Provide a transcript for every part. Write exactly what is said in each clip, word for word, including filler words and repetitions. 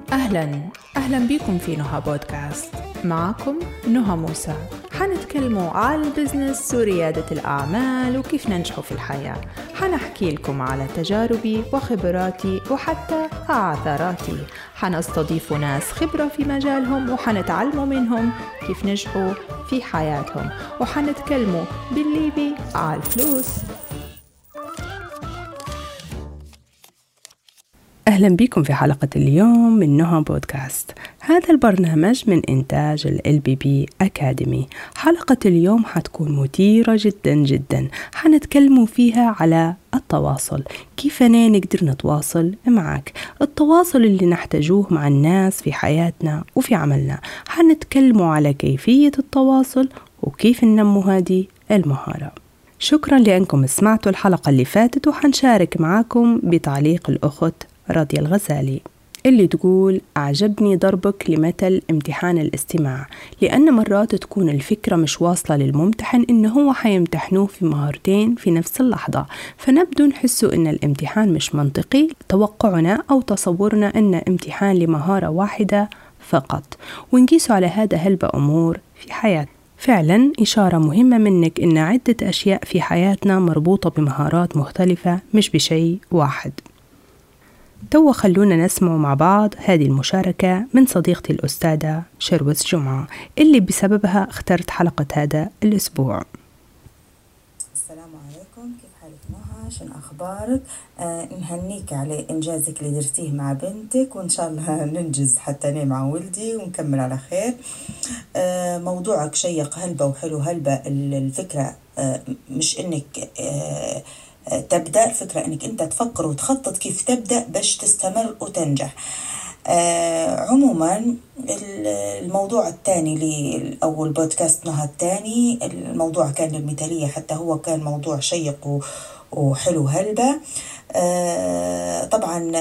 أهلاً أهلاً بكم في نهى بودكاست. معكم نهى موسى. حنتكلموا على البزنس وريادة الأعمال وكيف ننجحوا في الحياة. حنحكي لكم على تجاربي وخبراتي وحتى عثراتي. حنستضيف ناس خبرة في مجالهم وحنتعلموا منهم كيف نجحوا في حياتهم، وحنتكلموا بالليبي على الفلوس. أهلا بكم في حلقة اليوم من نهى بودكاست. هذا البرنامج من إنتاج ال إل بي بي أكاديمي. حلقة اليوم حتكون مثيرة جدا جدا. حنتكلموا فيها على التواصل، كيف نقدر نتواصل معك، التواصل اللي نحتاجوه مع الناس في حياتنا وفي عملنا. حنتكلموا على كيفية التواصل وكيف ننمو هذه المهارة. شكرا لأنكم سمعتوا الحلقة اللي فاتت، وحنشارك معكم بتعليق الأخت راضية الغزالي اللي تقول: أعجبني ضربك لمثل امتحان الاستماع، لأن مرات تكون الفكرة مش واصلة للممتحن إنه هو حيمتحنوه في مهارتين في نفس اللحظة، فنبدو نحسوا إن الامتحان مش منطقي توقعنا أو تصورنا إن امتحان لمهارة واحدة فقط، ونقيسوا على هذا هلبة أمور في حياتنا. فعلا إشارة مهمة منك إن عدة أشياء في حياتنا مربوطة بمهارات مختلفة مش بشيء واحد. تو خلونا نسمع مع بعض هذه المشاركة من صديقتي الأستاذة شروس جمعة اللي بسببها اخترت حلقة هذا الأسبوع. السلام عليكم، كيف حالك نهى؟ شن أخبارك؟ آه نهنيك على إنجازك اللي درتيه مع بنتك، وإن شاء الله ننجز حتى أنا مع ولدي ونكمل على خير. آه موضوعك شيق هلبة وحلو هلبة. الفكرة آه مش إنك آه تبدأ، الفكرة انك انت تفكر وتخطط كيف تبدأ باش تستمر وتنجح. آه عموما الموضوع الثاني لأول بودكاست نهى الثاني، الموضوع كان المثالية، حتى هو كان موضوع شيق وحلو هلبة. آه طبعا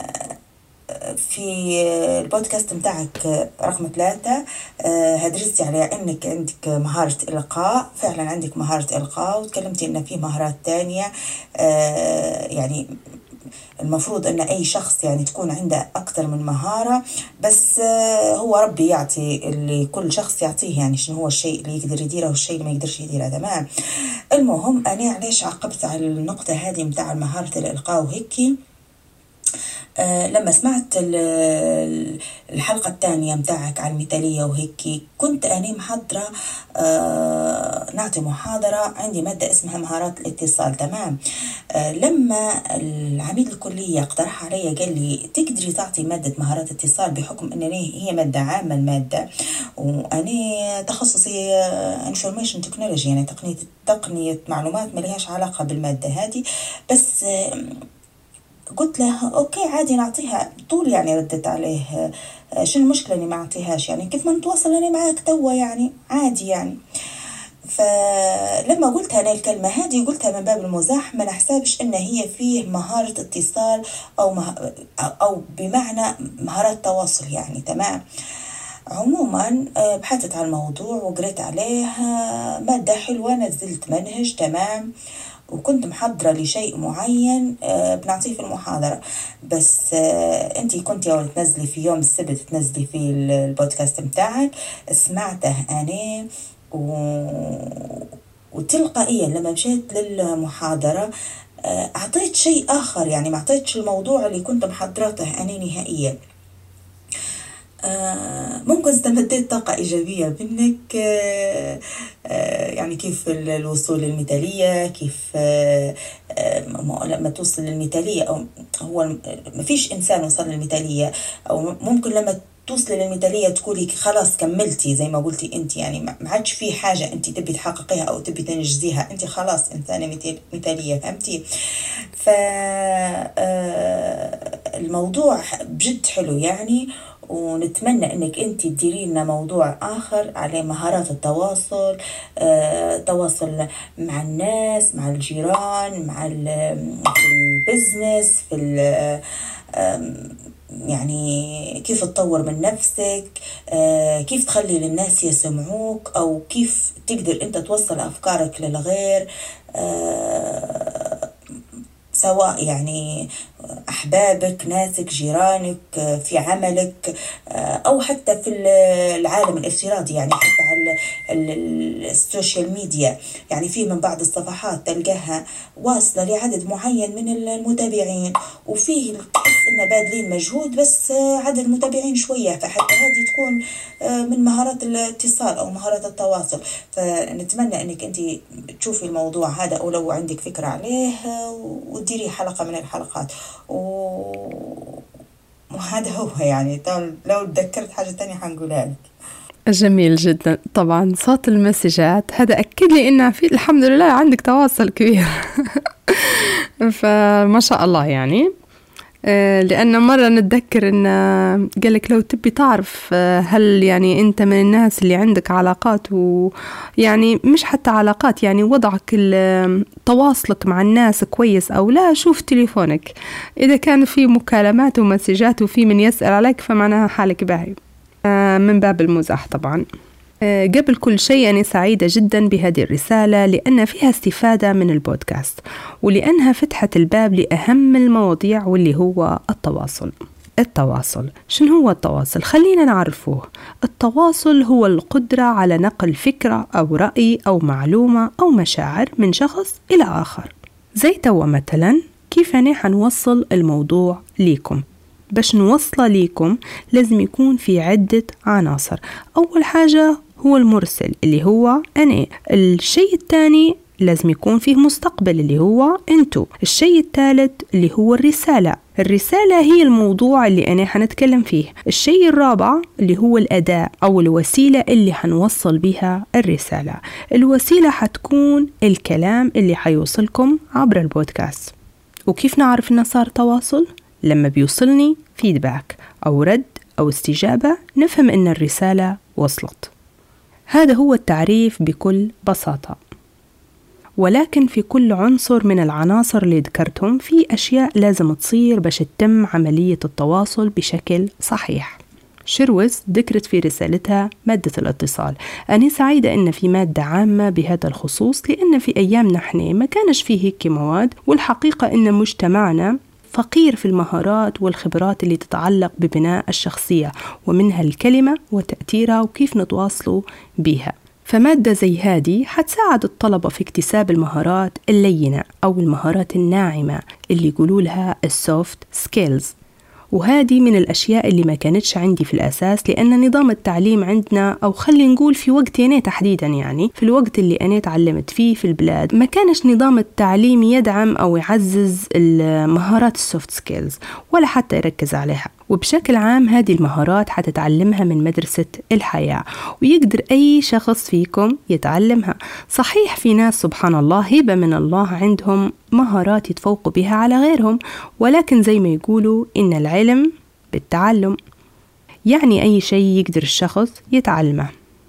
في البودكاست متاعك رقم ثلاثة هدرستي على أنك عندك مهارة إلقاء. فعلا عندك مهارة إلقاء، وتكلمتي أن في مهارات تانية. يعني المفروض أن أي شخص يعني تكون عنده أكثر من مهارة، بس هو ربي يعطي اللي كل شخص يعطيه، يعني شنو هو الشيء اللي يقدر يديره والشيء اللي ما يقدرش يديره. تمام. المهم أنا علاش عقبت على النقطة هذه متاع مهارة الإلقاء وهيك، أه لما سمعت الحلقة الثانية متاعك عن المثالية وهيك، كنت أنا محضرة أه نعطي محاضرة، عندي مادة اسمها مهارات الاتصال. تمام. أه لما العميد الكلية اقترح علي قال لي تقدري تعطي مادة مهارات اتصال، بحكم أنني هي مادة عامة المادة، وأنا تخصصي information technology، يعني تقنية تقنية معلومات ما لهاش علاقة بالمادة هذه، بس أه قلت له أوكي عادي نعطيها طول. يعني ردت عليه شو المشكلة إني ما أعطيهاش، يعني كيف ما نتواصل أنا معك توا، يعني عادي يعني. فلما قلتها أنا الكلمة هذه قلتها من باب المزاح، ما نحسبش إن هي فيه مهارة اتصال أو مه... أو بمعنى مهارات تواصل يعني. تمام. عموما بحثت على الموضوع وقريت عليه، مادة حلوة، نزلت منهج. تمام. وكنت محضرة لشيء معين بنعطيه في المحاضرة، بس انتي كنتي أول تنزلي في يوم السبت، تنزلي في البودكاست متاعك، سمعته أنا و... وتلقائيا لما مشيت للمحاضرة أعطيت شيء آخر، يعني ما أعطيتش الموضوع اللي كنت محضرته أنا نهائيا. آه ممكن استمديت طاقة إيجابية منك. آه آه يعني كيف الوصول للمثالية، كيف آه آه لما توصل للمثالية، أو هو ما فيش إنسان وصل للمثالية، أو ممكن لما توصل للمثالية تقولي خلاص كملتي زي ما قلتي أنت، يعني ما عادش في حاجة أنت تبي تحققيها أو تبي تنجزيها، أنت خلاص إنسانة مثالية. فهمتي؟ فالموضوع بجد حلو يعني، ونتمنى انك انت تديري لنا موضوع اخر على مهارات التواصل، آه، تواصل مع الناس، مع الجيران، مع البزنس، في يعني كيف تطور من نفسك، آه، كيف تخلي للناس يسمعوك، او كيف تقدر انت توصل افكارك للغير، آه، سواء يعني أحبابك، ناسك، جيرانك، في عملك، أو حتى في العالم الافتراضي، يعني حتى على السوشيال ميديا. يعني في من بعض الصفحات تلقاها واصلة لعدد معين من المتابعين، وفيه تحس إنه باذلين مجهود بس عدد متابعين شوية، فحتى هذه تكون من مهارات الاتصال أو مهارات التواصل. فنتمنى أنك أنت تشوفي الموضوع هذا، أو لو عندك فكرة عليه وتديري حلقة من الحلقات. وهذا هو يعني، لو تذكرت حاجة تانية حنقولها لك. جميل جدا. طبعا صوت المسجات هذا أكد لي إن في الحمد لله عندك تواصل كبير. فما شاء الله يعني. لأن مرة نتذكر إن قالك لو تبي تعرف هل يعني أنت من الناس اللي عندك علاقات، ويعني مش حتى علاقات، يعني وضعك تواصلك مع الناس كويس أو لا، شوف تليفونك إذا كان في مكالمات ومسجات وفي من يسأل عليك فمعناها حالك باهي. من باب المزاح طبعا. قبل كل شيء أنا سعيدة جدا بهذه الرسالة، لأن فيها استفادة من البودكاست، ولأنها فتحت الباب لأهم المواضيع واللي هو التواصل. التواصل شنو هو التواصل؟ خلينا نعرفوه. التواصل هو القدرة على نقل فكرة أو رأي أو معلومة أو مشاعر من شخص إلى آخر. زي توا مثلا كيف أنا حنوصل الموضوع ليكم. باش نوصله ليكم لازم يكون في عدة عناصر. أول حاجة هو المرسل اللي هو أنا. الشيء الثاني لازم يكون فيه مستقبل اللي هو أنتو. الشيء الثالث اللي هو الرسالة. الرسالة هي الموضوع اللي أنا حنتكلم فيه. الشيء الرابع اللي هو الأداء أو الوسيلة اللي حنوصل بها الرسالة. الوسيلة حتكون الكلام اللي حيوصلكم عبر البودكاست. وكيف نعرف إنه صار تواصل؟ لما بيوصلني فيدباك أو رد أو استجابة نفهم إن الرسالة وصلت. هذا هو التعريف بكل بساطة. ولكن في كل عنصر من العناصر اللي ذكرتهم في أشياء لازم تصير باش تتم عملية التواصل بشكل صحيح. شروس ذكرت في رسالتها مادة الاتصال. أنا سعيدة أن في مادة عامة بهذا الخصوص، لأن في أيامنا نحن ما كانش فيه هيك مواد، والحقيقة أن مجتمعنا فقير في المهارات والخبرات اللي تتعلق ببناء الشخصية، ومنها الكلمة وتأثيرها وكيف نتواصلوا بها. فمادة زي هذه حتساعد الطلبة في اكتساب المهارات اللينة أو المهارات الناعمة اللي يقولوا لها السوفت سكيلز. وهذه من الأشياء اللي ما كانتش عندي في الأساس، لأن نظام التعليم عندنا، أو خلي نقول في وقتي أنا تحديدا، يعني في الوقت اللي أنا تعلمت فيه في البلاد، ما كانش نظام التعليم يدعم أو يعزز المهارات السوفت سكيلز ولا حتى يركز عليها. وبشكل عام هذه المهارات حتتعلمها من مدرسة الحياة، ويقدر أي شخص فيكم يتعلمها. صحيح في ناس سبحان الله هبة من الله عندهم مهارات يتفوقوا بها على غيرهم، ولكن زي ما يقولوا إن العلم بالتعلم. يعني أي شيء يقدر الشخص يتعلمه،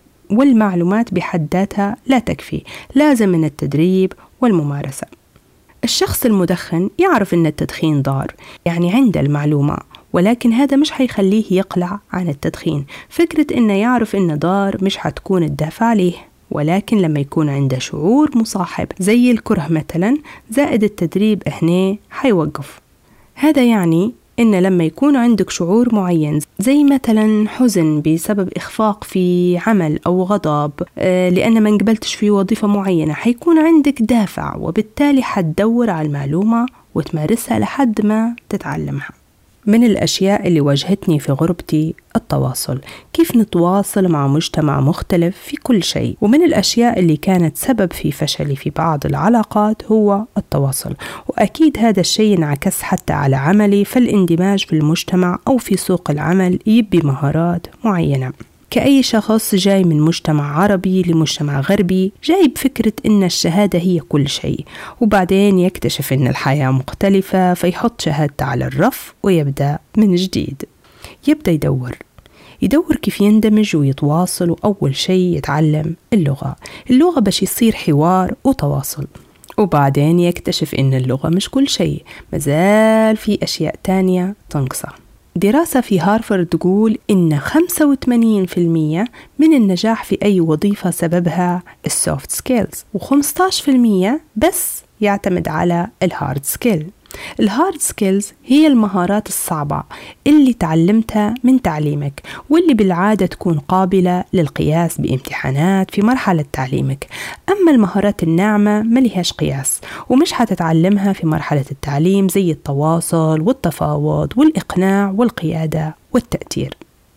والمعلومات بحد ذاتها لا تكفي، لازم من التدريب والممارسة. الشخص المدخن يعرف إن التدخين ضار، يعني عنده المعلومة، ولكن هذا مش حيخليه يقلع عن التدخين. فكرة إنه يعرف إنه ضار مش حتكون الدافع عليه، ولكن لما يكون عنده شعور مصاحب زي الكره مثلا زائد التدريب هنا حيوقف. هذا يعني إن لما يكون عندك شعور معين زي مثلا حزن بسبب إخفاق في عمل أو غضب لأن ما انقبلتش في وظيفة معينة، حيكون عندك دافع، وبالتالي حتدور على المعلومة وتمارسها لحد ما تتعلمها. من الأشياء اللي واجهتني في غربتي التواصل، كيف نتواصل مع مجتمع مختلف في كل شيء. ومن الأشياء اللي كانت سبب في فشلي في بعض العلاقات هو التواصل، وأكيد هذا الشيء انعكس حتى على عملي. فالاندماج في المجتمع أو في سوق العمل يبي مهارات معينة. كأي شخص جاي من مجتمع عربي لمجتمع غربي، جاي بفكرة إن الشهادة هي كل شيء، وبعدين يكتشف إن الحياة مختلفة، فيحط شهادته على الرف ويبدأ من جديد. يبدأ يدور يدور كيف يندمج ويتواصل، وأول شيء يتعلم اللغة اللغة باش يصير حوار وتواصل. وبعدين يكتشف إن اللغة مش كل شيء، مازال في أشياء تانية تنقصه. دراسة في هارفارد تقول إن خمسة وثمانين بالمئة من النجاح في أي وظيفة سببها السوفت سكيلز، وخمسة عشر بالمئة بس يعتمد على الهارد سكيل. الهارد سكيلز هي المهارات الصعبة اللي تعلمتها من تعليمك واللي بالعادة تكون قابلة للقياس بامتحانات في مرحلة تعليمك. أما المهارات الناعمة ما لهاش قياس ومش هتتعلمها في مرحلة التعليم، زي التواصل والتفاوض والإقناع والقيادة والتأثير.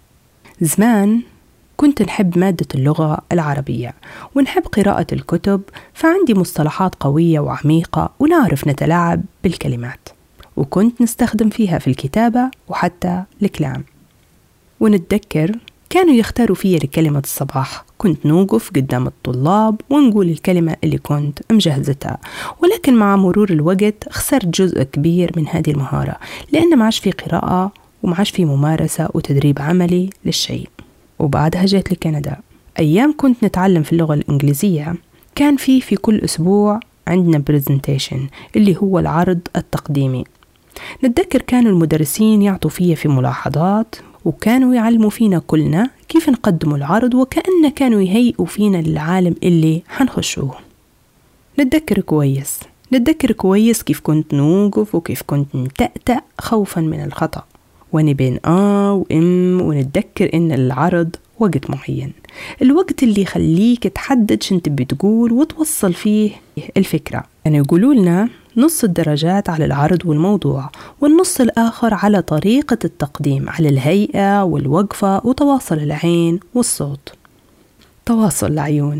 زمان كنت نحب مادة اللغة العربية ونحب قراءة الكتب، فعندي مصطلحات قوية وعميقة ونعرف نتلاعب بالكلمات، وكنت نستخدم فيها في الكتابة وحتى الكلام. ونتذكر كانوا يختاروا فيها لكلمة الصباح، كنت نوقف قدام الطلاب ونقول الكلمة اللي كنت مجهزتها. ولكن مع مرور الوقت خسرت جزء كبير من هذه المهارة، لأن ما عاش في قراءة وما عاش في ممارسة وتدريب عملي للشيء. وبعدها جيت لكندا. أيام كنت نتعلم في اللغة الإنجليزية كان في في كل أسبوع عندنا بريزنتيشن اللي هو العرض التقديمي. نتذكر كانوا المدرسين يعطوا فيه في ملاحظات، وكانوا يعلموا فينا كلنا كيف نقدموا العرض، وكأن كانوا يهيئوا فينا للعالم اللي حنخشوه. نتذكر كويس نتذكر كويس كيف كنت نوقف وكيف كنت نتأتأ خوفا من الخطأ، ونبين آه وإم، ونتذكر إن العرض وقت معين، الوقت اللي يخليك تحدد شنت بتقول وتوصل فيه الفكرة. يعني يقولوا لنا نص الدرجات على العرض والموضوع، والنص الآخر على طريقة التقديم، على الهيئة والوقفة وتواصل العين والصوت. تواصل العيون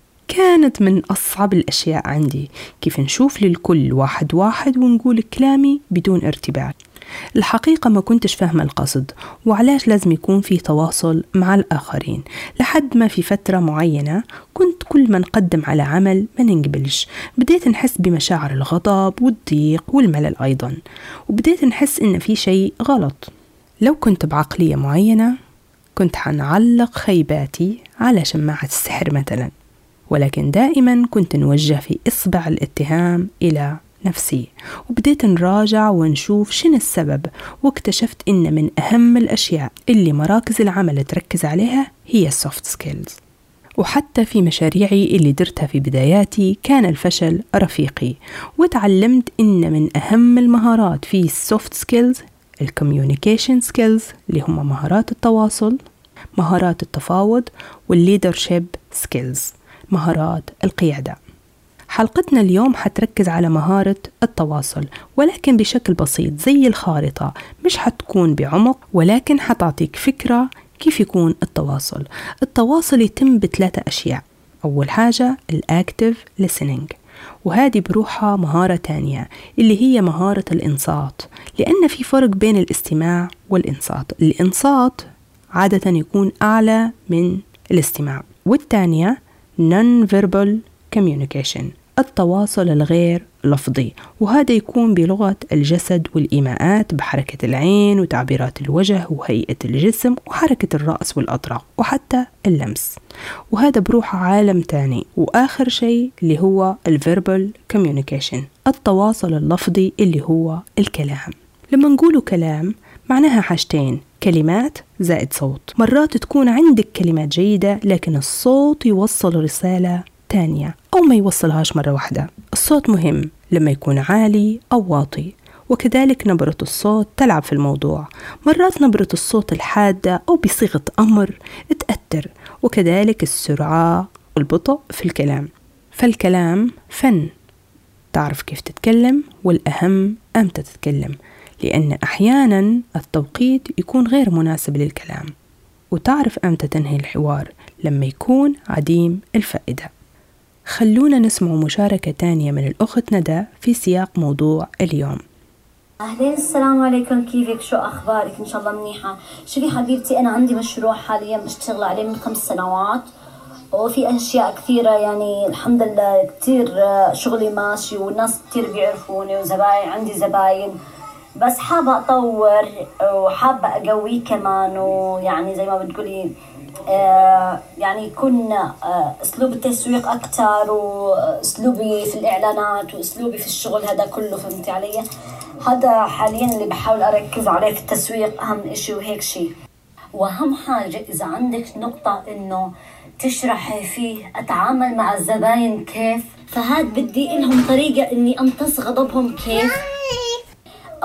كانت من أصعب الأشياء عندي، كيف نشوف للكل واحد واحد ونقول كلامي بدون ارتباك. الحقيقة ما كنتش فاهمة القصد وعلاش لازم يكون في تواصل مع الآخرين، لحد ما في فترة معينة كنت كل ما نقدم على عمل ما ننقبلش، بديت نحس بمشاعر الغضب والضيق والملل أيضا، وبديت نحس إن في شيء غلط. لو كنت بعقلية معينة كنت حنعلق خيباتي على شماعة السحر مثلا، ولكن دائما كنت نوجه في إصبع الاتهام إلى نفسي، وبديت نراجع ونشوف شنو السبب، واكتشفت إن من أهم الأشياء اللي مراكز العمل تركز عليها هي السوفت سكيلز. وحتى في مشاريعي اللي درتها في بداياتي كان الفشل رفيقي، وتعلمت إن من أهم المهارات في السوفت سكيلز الكوميونيكيشن سكيلز، اللي هم مهارات التواصل، مهارات التفاوض، والليدرشيب سكيلز، مهارات القيادة. حلقتنا اليوم حتركز على مهارة التواصل، ولكن بشكل بسيط زي الخارطة، مش حتكون بعمق، ولكن حتعطيك فكرة كيف يكون التواصل. التواصل يتم بثلاثة أشياء. أول حاجة الأكتيف listening، وهذه بروحها مهارة تانية اللي هي مهارة الإنصات، لأن في فرق بين الاستماع والإنصات. الإنصات عادة يكون أعلى من الاستماع. والتانية non-verbal communication، التواصل الغير لفظي، وهذا يكون بلغة الجسد والإيماءات، بحركة العين وتعبيرات الوجه وهيئة الجسم وحركة الرأس والأطراف وحتى اللمس، وهذا بروح عالم تاني. وآخر شيء اللي هو الverbal communication، التواصل اللفظي اللي هو الكلام. لما نقوله كلام معناها حاجتين، كلمات زائد صوت. مرات تكون عندك كلمات جيدة لكن الصوت يوصل رسالة تانية أو ما يوصلهاش مرة واحدة. الصوت مهم لما يكون عالي أو واطي، وكذلك نبرة الصوت تلعب في الموضوع. مرات نبرة الصوت الحادة أو بصيغة أمر تأثر، وكذلك السرعة والبطء في الكلام. فالكلام فن، تعرف كيف تتكلم، والأهم أمتى تتكلم، لأن أحيانا التوقيت يكون غير مناسب للكلام، وتعرف أمتى تنهي الحوار لما يكون عديم الفائدة. خلونا نسمع مشاركة تانية من الأخت ندى في سياق موضوع اليوم. أهلين، السلام عليكم، كيفك؟ شو أخبارك؟ إن شاء الله منيحة. شوفي حبيبتي، أنا عندي مشروع حاليا بشتغل عليه من خمس سنوات، وفي أشياء كثيرة يعني الحمد لله كتير شغلي ماشي، والناس كتير بيعرفوني، وزباين عندي زباين، بس حابة أطور وحابة أقويه كمان، ويعني زي ما بتقولي آه يعني يكون آه أسلوب التسويق أكتر، وأسلوبي في الإعلانات، وأسلوبي في الشغل، هذا كله فهمتي علي؟ هذا حاليا اللي بحاول أركز عليه في التسويق، أهم إشي وهيك شيء. وأهم حاجة إذا عندك نقطة إنه تشرحي فيه أتعامل مع الزباين كيف، فهاد بدي إلهم طريقة إني أمتص غضبهم كيف.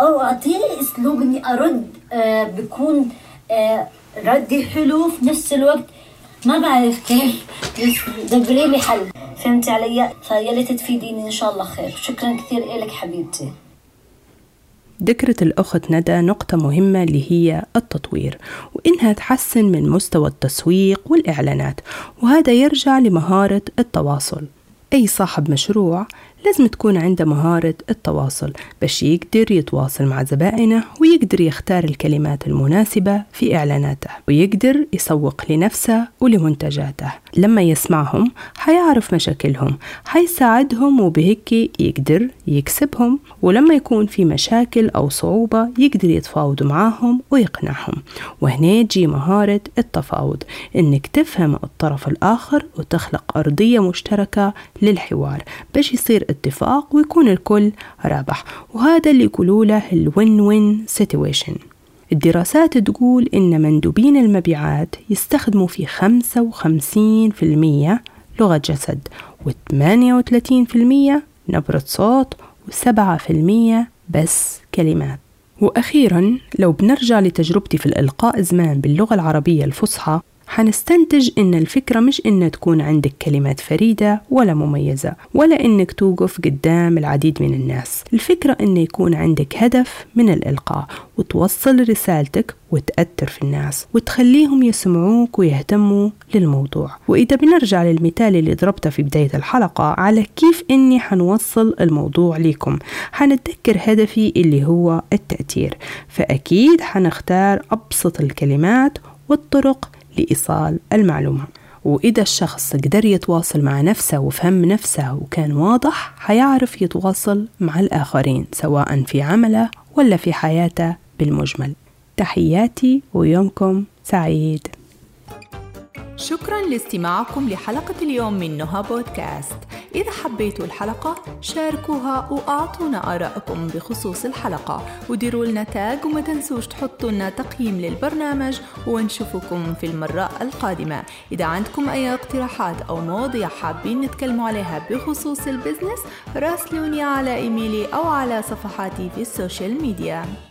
أو أعطيني أسلوب إني أرد آه بيكون آه ردي حلو في نفس الوقت. ما بعرف كيف، بس دبري لي حل. فهمت علي؟ فيالي تفيديني إن شاء الله خير. شكرا كثير إلك حبيبتي. ذكرت الأخت ندى نقطة مهمة اللي هي التطوير، وإنها تحسن من مستوى التسويق والإعلانات، وهذا يرجع لمهارة التواصل. أي صاحب مشروع لازم تكون عنده مهارة التواصل باش يقدر يتواصل مع زبائنه، ويقدر يختار الكلمات المناسبة في إعلاناته، ويقدر يسوق لنفسه ولمنتجاته. لما يسمعهم حيعرف مشاكلهم، حيساعدهم، وبهيك يقدر يكسبهم. ولما يكون في مشاكل أو صعوبة يقدر يتفاوض معاهم ويقنعهم. وهنا يجي مهارة التفاوض، إنك تفهم الطرف الآخر وتخلق أرضية مشتركة للحوار باش يصير اتفاق ويكون الكل رابح. وهذا اللي يقولوا له الوين وين سيتويشن. الدراسات تقول إن مندوبين المبيعات يستخدموا في خمسة وخمسين بالمئة لغة جسد، وثمانية وثلاثين بالمئة نبرة صوت، وسبعة بالمئة بس كلمات. وأخيرا لو بنرجع لتجربتي في الإلقاء زمان باللغة العربية الفصحى، حنستنتج إن الفكرة مش إن تكون عندك كلمات فريدة ولا مميزة، ولا إنك توقف قدام العديد من الناس. الفكرة إن يكون عندك هدف من الإلقاء، وتوصل رسالتك وتأثر في الناس، وتخليهم يسمعوك ويهتموا للموضوع. وإذا بنرجع للمثال اللي ضربته في بداية الحلقة على كيف إني حنوصل الموضوع لكم، حنتذكر هدفي اللي هو التأثير، فأكيد حنختار أبسط الكلمات والطرق لإيصال المعلومة. وإذا الشخص قدر يتواصل مع نفسه وفهم نفسه وكان واضح، حيعرف يتواصل مع الآخرين سواء في عمله ولا في حياته بالمجمل. تحياتي ويومكم سعيد. شكرا لاستماعكم لحلقة اليوم من نهى بودكاست. إذا حبيتوا الحلقة شاركوها وأعطونا آراءكم بخصوص الحلقة، وديروا لنا تاج، وما تنسوش تحطوا لنا تقييم للبرنامج، ونشوفكم في المرة القادمة. إذا عندكم أي اقتراحات أو مواضيع حابين نتكلموا عليها بخصوص البزنس، راسلوني على إيميلي أو على صفحاتي في السوشيال ميديا.